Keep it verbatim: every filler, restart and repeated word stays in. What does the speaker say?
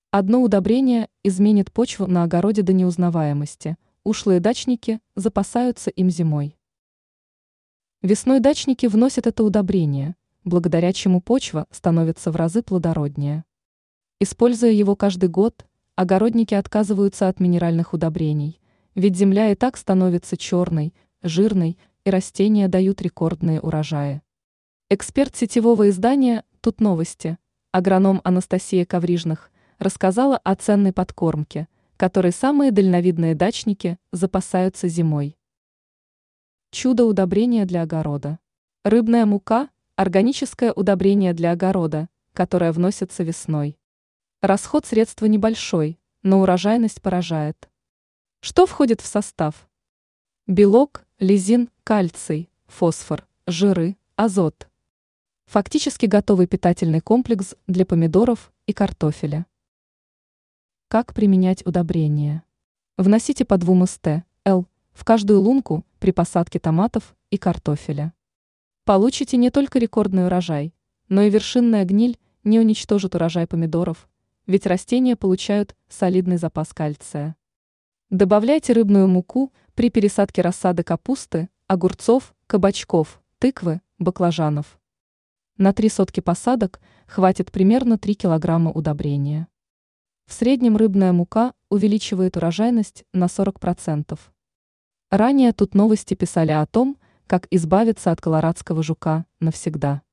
Одно удобрение изменит почву на огороде до неузнаваемости. Ушлые дачники запасаются им зимой. Весной дачники вносят это удобрение, благодаря чему почва становится в разы плодороднее. Используя его каждый год, огородники отказываются от минеральных удобрений, ведь земля и так становится черной, жирной, и растения дают рекордные урожаи. Эксперт сетевого издания «Тут новости», агроном Анастасия Коврижных, рассказала о ценной подкормке, которой самые дальновидные дачники запасаются зимой. Чудо-удобрение для огорода. Рыбная мука – органическое удобрение для огорода, которое вносится весной. Расход средства небольшой, но урожайность поражает. Что входит в состав? Белок, лизин, кальций, фосфор, жиры, азот. Фактически готовый питательный комплекс для помидоров и картофеля. Как применять удобрения? Вносите по два эс тэ эл в каждую лунку при посадке томатов и картофеля. Получите не только рекордный урожай, но и вершинная гниль не уничтожит урожай помидоров, ведь растения получают солидный запас кальция. Добавляйте рыбную муку при пересадке рассады капусты, огурцов, кабачков, тыквы, баклажанов. На три сотки посадок хватит примерно три килограмма удобрения. В среднем рыбная мука увеличивает урожайность на сорок процентов. Ранее тут новости писали о том, как избавиться от колорадского жука навсегда.